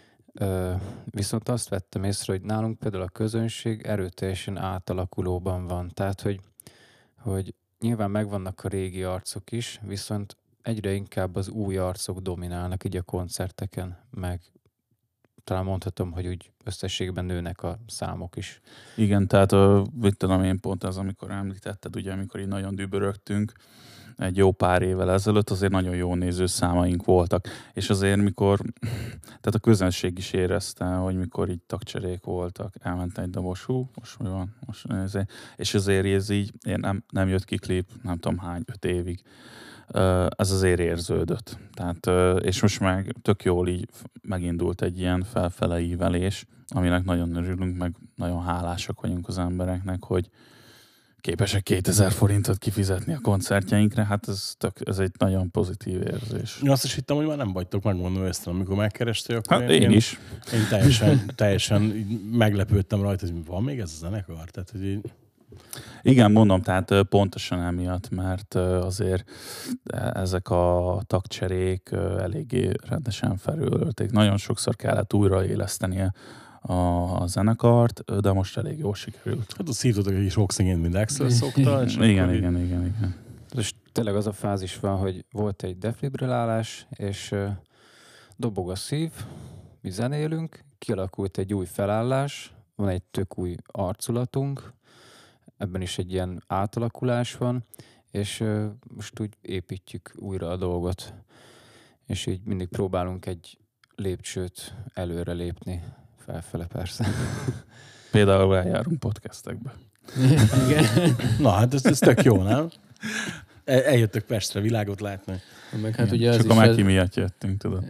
Viszont azt vettem észre, hogy nálunk például a közönség erőteljesen átalakulóban van. Tehát, hogy, hogy nyilván megvannak a régi arcok is, viszont egyre inkább az új arcok dominálnak így a koncerteken, meg talán mondhatom, hogy úgy összességben nőnek a számok is. Igen, tehát mit tudom én pont az, amikor említetted, ugye amikor így nagyon dübörögtünk egy jó pár évvel ezelőtt, azért nagyon jó néző számaink voltak. És azért mikor, tehát a közönség is érezte, hogy mikor így tagcserék voltak, elment egy dobos, hú, most mi van? Most, és azért ez így, én nem, nem jött ki klip, nem tudom hány, öt évig. Ez azért érződött. Tehát, és most meg tök jól így megindult egy ilyen felfele ívelés, aminek nagyon örülünk, meg nagyon hálásak vagyunk az embereknek, hogy képesek kétezer forintot kifizetni a koncertjeinkre, hát ez, tök, ez egy nagyon pozitív érzés. Én azt is hittem, hogy már nem vagytok, megmondom ezt, amikor megkerestél, akkor hát én, én is. Én teljesen, teljesen meglepődtem rajta, hogy van még ez a zenekar? Tehát, hogy így... Igen, mondom, tehát pontosan emiatt, mert azért ezek a tagcserék eléggé rendesen felülölték. Nagyon sokszor kellett újraélesztenie a zenekart, de most elég jól sikerült. Hát azt hívtatok egy kis oxigént, mint Excel szokta. És igen, igen, igen, igen. És tényleg az a fázis van, hogy volt egy defibrilálás, és dobog a szív, mi zenélünk, kialakult egy új felállás, van egy tök új arculatunk, ebben is egy ilyen átalakulás van, és most úgy építjük újra a dolgot. És így mindig próbálunk egy lépcsőt előre lépni, felfele persze. Például eljárunk podcastekbe. Igen. Na, hát ez, ez tök jó, nem? El, eljöttök Pestre világot látni. Meg hát Igen. ugye az Csak is a Meki az- miatt jöttünk, tudod.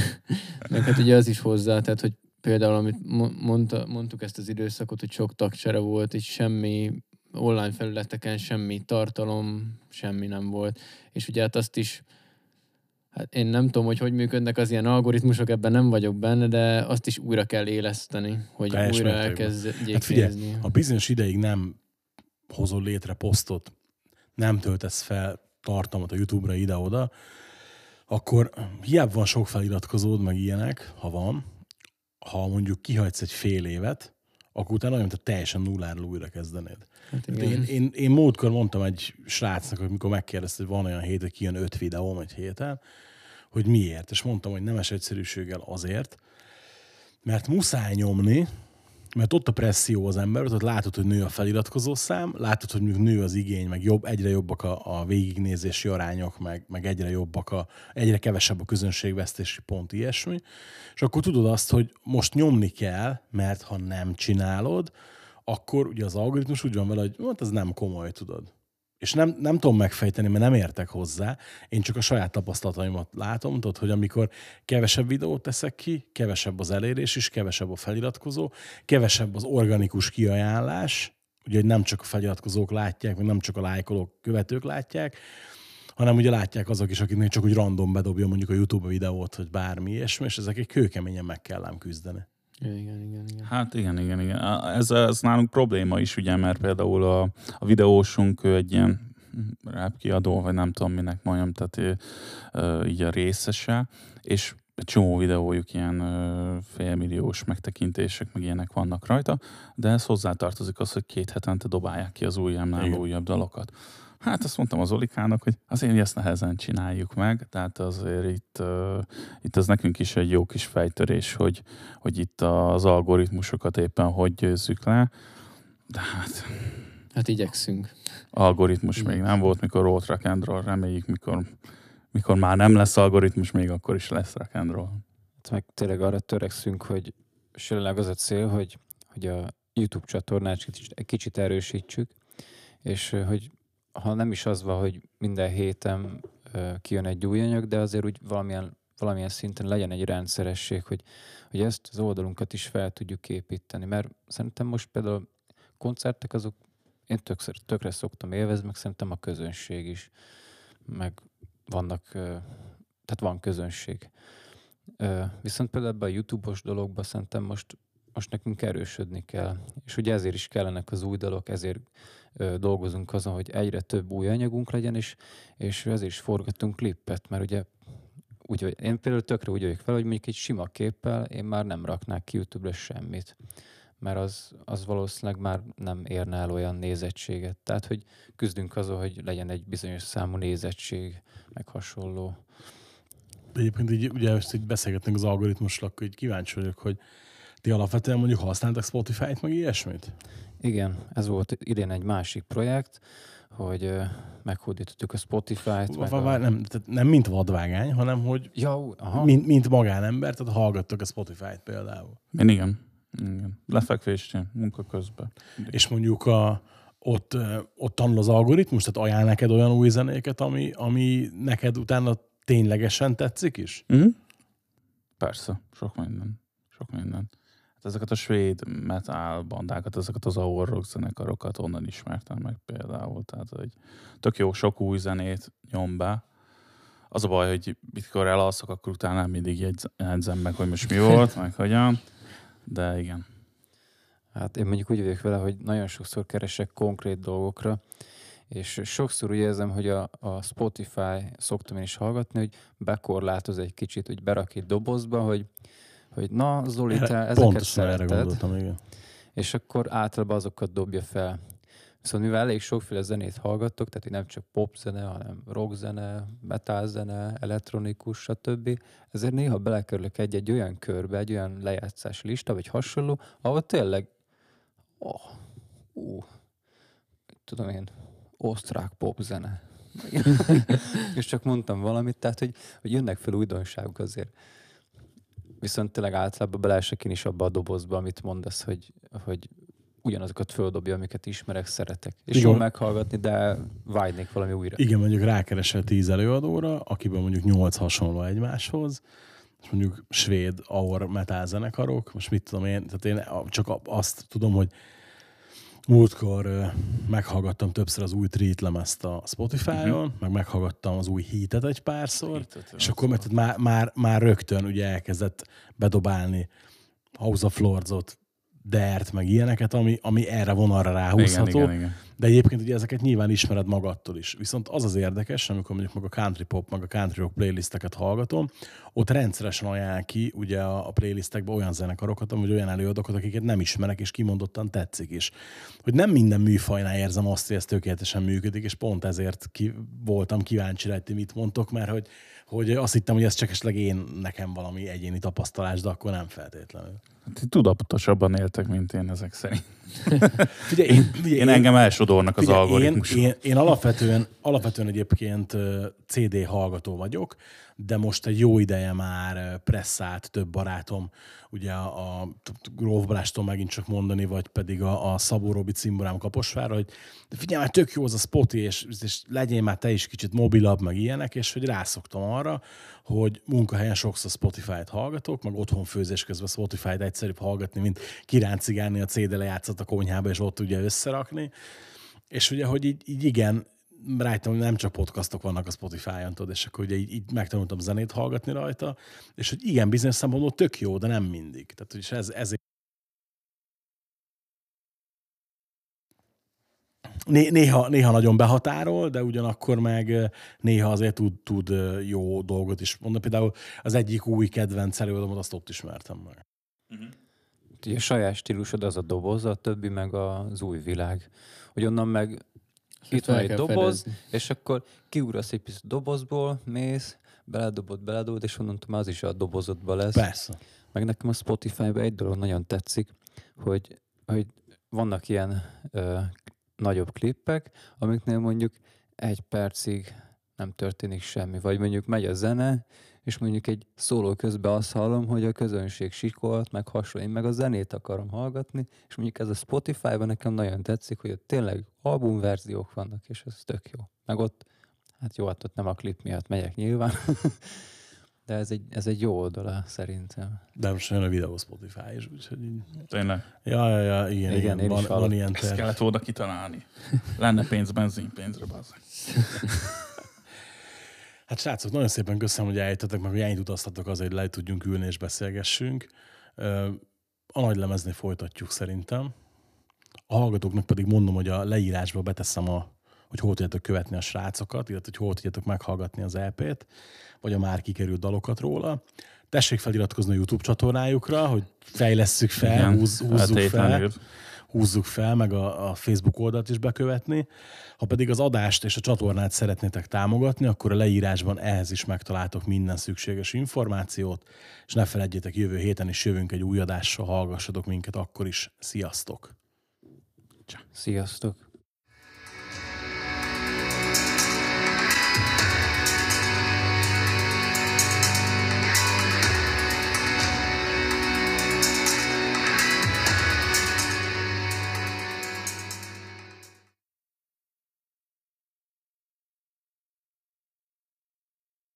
Meg hát ugye az is hozzá, tehát hogy például, amit mo- mondta, mondtuk ezt az időszakot, hogy sok tagcsere volt, és semmi online felületeken semmi tartalom, semmi nem volt. És ugye hát azt is, hát én nem tudom, hogy hogy működnek az ilyen algoritmusok, ebben nem vagyok benne, de azt is újra kell éleszteni, hogy Teljes újra mértékben. elkezdjék Hát figyelj, nézni. ha bizonyos ideig nem hozol létre posztot, nem töltesz fel tartalmat a YouTube-ra ide-oda, akkor hiába van sok feliratkozód, meg ilyenek, ha van, ha mondjuk kihagysz egy fél évet, akkor utána olyan, mint teljesen nulláról újra kezdenéd. Hát Hát igen. én, én, én múltkor mondtam egy srácnak, hogy mikor megkérdezte, hogy van olyan hét, hogy kijön öt videóm egy héten, hogy miért. És mondtam, hogy nemes egyszerűséggel azért, mert muszáj nyomni, mert ott a presszió az ember, ott látod, hogy nő a feliratkozó szám, látod, hogy nő az igény, meg jobb, egyre jobbak a, a végignézési arányok, meg, meg egyre jobbak a, egyre kevesebb a közönségvesztési pont, ilyesmi. És akkor tudod azt, hogy most nyomni kell, mert ha nem csinálod, akkor ugye az algoritmus úgy van vele, hogy hát ez nem komoly, tudod. És nem, nem tudom megfejteni, mert nem értek hozzá. Én csak a saját tapasztalataimat látom, tudod, hogy amikor kevesebb videót teszek ki, kevesebb az elérés is, kevesebb a feliratkozó, kevesebb az organikus kiajánlás, ugye hogy nem csak a feliratkozók látják, vagy nem csak a lájkolók, követők látják, hanem ugye látják azok is, akiknek csak úgy random bedobja mondjuk a YouTube videót, vagy bármi ilyesmi, és ezek egy kőkeményen meg kell ám küzdeni. Igen, igen, igen. Hát igen, igen, igen. Ez, ez nálunk probléma is, ugye, mert például a, a videósunk ő egy ilyen rápkiadó, vagy nem tudom minek mondjam, tehát ő, ö, így a részese, és egy csomó videójuk ilyen ö, félmilliós megtekintések, meg ilyenek vannak rajta, de ez hozzátartozik az, hogy két hetente dobálják ki az újabbnál Igen. újabb dalokat. Hát azt mondtam az Olikának, hogy azért ezt nehezen csináljuk meg, tehát azért itt, uh, itt az nekünk is egy jó kis fejtörés, hogy, hogy itt az algoritmusokat éppen hogy győzzük le, de hát Hát igyekszünk. algoritmus még nem volt, mikor volt rock and roll, reméljük, mikor, mikor már nem lesz algoritmus, még akkor is lesz rock and roll. Hát meg tényleg arra törekszünk, hogy és jelenleg az a cél, hogy, hogy a YouTube csatornát egy kicsit erősítsük, és ö, hogy ha nem is az van, hogy minden héten ö, kijön egy új anyag, de azért úgy valamilyen, valamilyen szinten legyen egy rendszeresség, hogy, hogy ezt az oldalunkat is fel tudjuk építeni. Mert szerintem most például koncertek azok én tökre, tökre szoktam élvezni, meg szerintem a közönség is. Meg vannak, ö, tehát van közönség. Ö, viszont például ebben a YouTube-os dologban szerintem most, most nekünk erősödni kell. És ugye ezért is kellenek az új dalok, ezért ö, dolgozunk azon, hogy egyre több új anyagunk legyen, és, és ezért is forgatunk klippet, mert ugye úgy, hogy én például tökre úgy vagyok fel, hogy mondjuk egy sima képpel én már nem raknák ki YouTube-ra semmit, mert az, az valószínűleg már nem érne el olyan nézettséget. Tehát, hogy küzdünk azon, hogy legyen egy bizonyos számú nézettség, meg hasonló. Egyébként így, ugye ezt így beszélgetnek az algoritmusról, akkor így kíváncsi vagyok, hogy ti alapvetően mondjuk használtak Spotify-t, meg ilyesmit? Igen, ez volt idén egy másik projekt, hogy uh, meghódítottuk a Spotify-t. Meg A... Nem, tehát nem mint vadvágány, hanem hogy ja, aha. mint, mint magánember, tehát hallgattok a Spotify-t például. Én igen. igen. Lefekvésnél, munka közben. És mondjuk a, ott, ott tanul az algoritmus, tehát ajánl neked olyan új zenéket, ami, ami neked utána ténylegesen tetszik is? Mm-hmm. Persze, sok minden. Sok minden. Hát ezeket a svéd metal bandákat, ezeket az ahol rock zenekarokat onnan ismertem meg például. Tehát egy tök jó sok új zenét nyom be. Az a baj, hogy mikor elalszok, akkor utána mindig jegyzem meg, hogy most mi volt, meg hogyan. De igen. Hát én mondjuk úgy vagyok vele, hogy nagyon sokszor keresek konkrét dolgokra, és sokszor úgy érzem, hogy a, a Spotify, szoktam én is hallgatni, hogy bekorlátoz egy kicsit, hogy berak egy dobozba, hogy, hogy na Zoli, te ezeket Pontosan erre szereted, gondoltam, igen. és akkor általában azokat dobja fel. Viszont mivel elég sokféle zenét hallgattok, tehát nem csak popzene, hanem rockzene, metalzene, elektronikus, stb. Ezért néha belekerülök egy-egy olyan körbe, egy olyan lejátszási lista, vagy hasonló, ahol tényleg oh, ú, tudom én, osztrák popzene. És csak mondtam valamit, tehát hogy, hogy jönnek fel újdonságok azért. Viszont tényleg általában beleesek én is abba a dobozba, amit mondasz, hogy, hogy ugyanazokat földobja, amiket ismerek, szeretek. És Igen. jól meghallgatni, de vágynék valami újra. Igen, mondjuk rákeresel tíz előadóra, akiben mondjuk nyolc hasonló egymáshoz, és mondjuk svéd aur metal zenekarok, most mit tudom én, tehát én csak azt tudom, hogy múltkor uh, meghallgattam többször az új Treat lemezt a Spotify-on, uh-huh. meg meghallgattam az új Heat-et egy párszor, Heat-et, és akkor mert, már, már, már rögtön ugye elkezdett bedobálni House of Lords-ot, Dert, meg ilyeneket, ami, ami erre vonalra ráhúzható. Igen, igen, igen. De egyébként ugye ezeket nyilván ismered magadtól is. Viszont az az érdekes, amikor mondjuk meg a country pop, meg a country rock playlisteket hallgatom, ott rendszeresen ajánl ki ugye a, a playlistekben olyan zenekarokat, vagy olyan előadókat, akiket nem ismerek, és kimondottan tetszik is. Hogy nem minden műfajnál érzem azt, hogy ez tökéletesen működik, és pont ezért ki, voltam kíváncsi rá, hogy ti mit mondtok, mert hogy, hogy azt hittem, hogy ez csak esetleg én nekem valami egyéni tapasztalás, de akkor nem feltétlenül. Hát tudatosabban éltek, mint én ezek szerint. Figyelj, én, figyelj, én engem elsodornak az algoritmusok. Én, én, én alapvetően, alapvetően egyébként cé dé hallgató vagyok, de most egy jó ideje már presszált több barátom, ugye a, a Gróf Balástól megint csak mondani, vagy pedig a, a Szabó Robi cimborám Kaposvárra, hogy figyelj, már tök jó az a Spotify, és, és legyél már te is kicsit mobilabb, meg ilyenek, és hogy rászoktam arra, hogy munkahelyen sokszor Spotify-t hallgatok, meg otthon főzés közben Spotify-t egyszerűbb hallgatni, mint kiráncigálni a cé dé lejátszat a konyhába, és ott ugye összerakni. És ugye, hogy így, így igen, rájöttem, hogy nem csak podcastok vannak a Spotify-on, tudod, és akkor ugye így, így megtanultam zenét hallgatni rajta, és hogy igen, bizonyos szempontból tök jó, de nem mindig. Tehát, hogy ez, ez Néha, néha nagyon behatárol, de ugyanakkor meg néha azért tud, tud jó dolgot is mondani. Például az egyik új kedvenc előadomat, azt ott ismertem meg. Uh-huh. A saját stílusod az a doboz, a többi meg az új világ. Hogy onnan meg itt van egy doboz, fedezni. És akkor kiugrasz egy picit dobozból, mész, beledobod, beledobod, és onnantól már az is a dobozodba lesz. Persze. Meg nekem a Spotify-ban egy dolog nagyon tetszik, hogy, hogy vannak ilyen ö, nagyobb klippek, amiknél mondjuk egy percig nem történik semmi. Vagy mondjuk megy a zene, és mondjuk egy szóló közben azt hallom, hogy a közönség sikolt, meg hasonló. Én meg a zenét akarom hallgatni, és mondjuk ez a Spotify-ban nekem nagyon tetszik, hogy ott tényleg albumverziók vannak, és ez tök jó. Meg ott, hát jó, hát ott nem a klip miatt megyek nyilván, de ez egy, ez egy jó oldala szerintem. De most jön a videó Spotify is, úgyhogy így... Tényleg? Ja, ja, ja, igen, igen, igen. Van, van ilyen terv. Ezt kellett volna kitalálni. Lenne pénz, benzinpénzre, bazzak. Hát srácok, nagyon szépen köszönöm, hogy eljöttetek, meg hogy ennyit utaztatok azért, hogy le tudjunk ülni és beszélgessünk. A nagy lemezni folytatjuk szerintem. A hallgatóknak pedig mondom, hogy a leírásba beteszem, a, hogy hol tudjátok követni a srácokat, illetve hogy hol tudjátok meghallgatni az é pét, vagy a már kikerült dalokat róla. Tessék feliratkozni a YouTube csatornájukra, hogy fejlesszük fel, húz, húzzuk fel. húzzuk fel, meg a, a Facebook oldalt is bekövetni. Ha pedig az adást és a csatornát szeretnétek támogatni, akkor a leírásban ehhez is megtaláltok minden szükséges információt, és ne feledjétek, jövő héten is jövünk egy új adással, hallgassatok minket akkor is. Sziasztok! Sziasztok!